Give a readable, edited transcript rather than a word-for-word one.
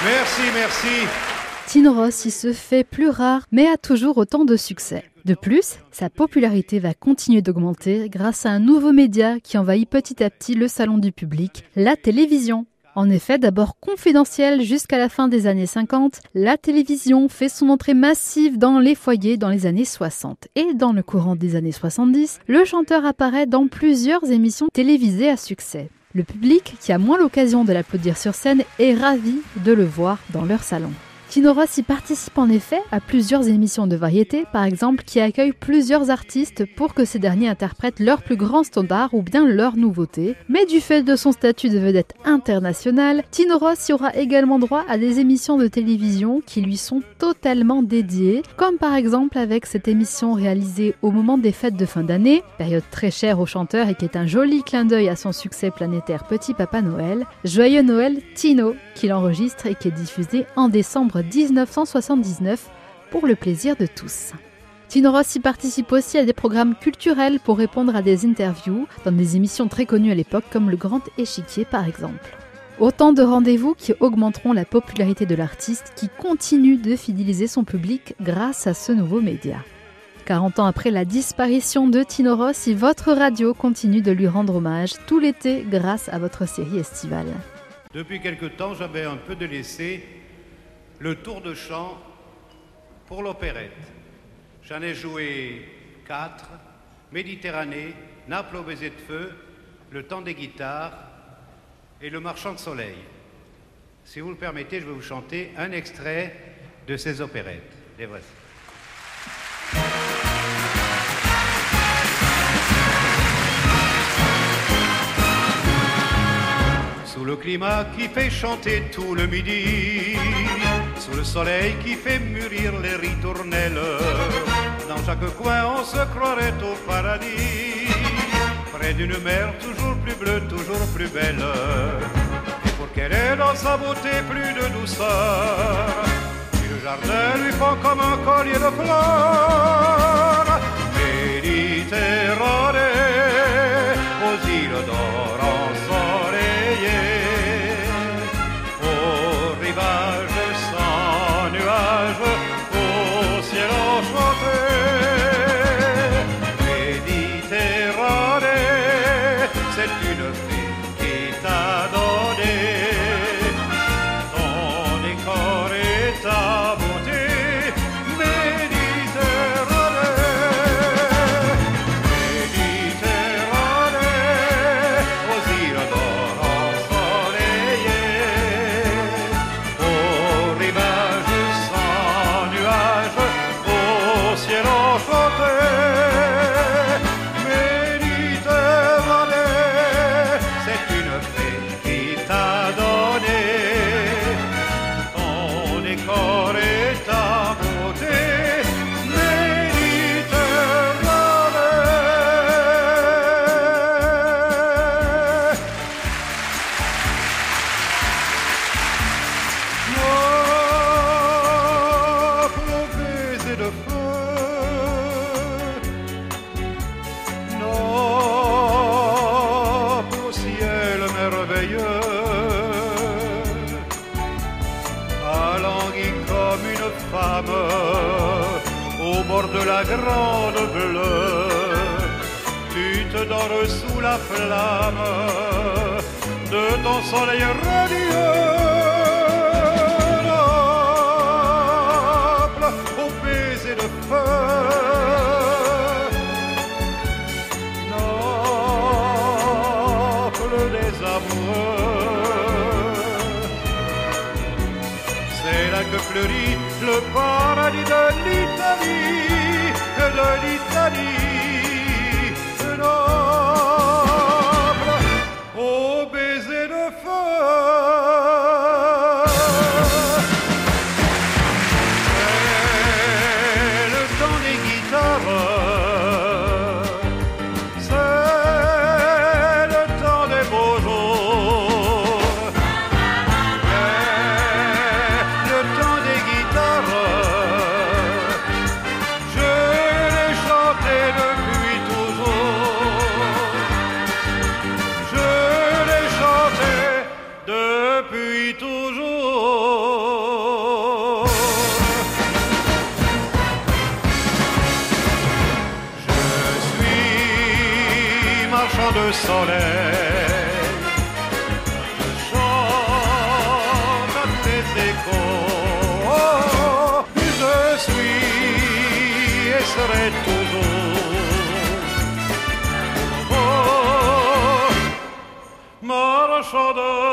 Merci, merci. Tino Rossi se fait plus rare, mais a toujours autant de succès. De plus, sa popularité va continuer d'augmenter grâce à un nouveau média qui envahit petit à petit le salon du public, la télévision. En effet, d'abord confidentielle jusqu'à la fin des années 50, la télévision fait son entrée massive dans les foyers dans les années 60. Et dans le courant des années 70, le chanteur apparaît dans plusieurs émissions télévisées à succès. Le public, qui a moins l'occasion de l'applaudir sur scène, est ravi de le voir dans leur salon. Tino Rossi participe en effet à plusieurs émissions de variété, par exemple, qui accueillent plusieurs artistes pour que ces derniers interprètent leurs plus grands standards ou bien leurs nouveautés. Mais du fait de son statut de vedette internationale, Tino Rossi aura également droit à des émissions de télévision qui lui sont totalement dédiées, comme par exemple avec cette émission réalisée au moment des fêtes de fin d'année, période très chère au chanteur et qui est un joli clin d'œil à son succès planétaire Petit Papa Noël, Joyeux Noël Tino, qu'il enregistre et qui est diffusé en décembre 1979 pour le plaisir de tous. Tino Rossi participe aussi à des programmes culturels pour répondre à des interviews dans des émissions très connues à l'époque comme Le Grand Échiquier par exemple. Autant de rendez-vous qui augmenteront la popularité de l'artiste qui continue de fidéliser son public grâce à ce nouveau média. 40 ans après la disparition de Tino Rossi, votre radio continue de lui rendre hommage tout l'été grâce à votre série estivale. Depuis quelque temps, j'avais un peu délaissé le tour de chant pour l'opérette. J'en ai joué 4, Méditerranée, Naples au baiser de feu, Le temps des guitares et Le marchand de soleil. Si vous le permettez, je vais vous chanter un extrait de ces opérettes. Les voici. Sous le climat qui fait chanter tout le midi, sous le soleil qui fait mûrir les ritournelles, dans chaque coin on se croirait au paradis, près d'une mer toujours plus bleue, toujours plus belle. Et pour qu'elle ait dans sa beauté plus de douceur, si le jardin lui fend comme un collier de fleurs, Méditerranée, aux îles d'or ensoleillées, sans nuages, au ciel enchanté, Méditerranée, c'est une fille qui t'a donné ton décor et ta beauté, Méditerranée, aux îles d'or ensoleillées, ciel enchanté, Méditerranée, c'est une fée qui t'a donné ton décor et ta beauté, au bord de la grande bleue, tu te dors sous la flamme de ton soleil radieux. Naples, au baiser de feu, Naples des amoureux, c'est là que fleurit le paradis de l'Italie, de l'Italie, de Naples, au baiser de feu. C'est le temps des guitares, c'est le temps des beaux jours, le temps des guitares. Je l'ai chanté de marchand de soleil. Je chante à tous les échos. Oh, je suis et serai toujours marchand de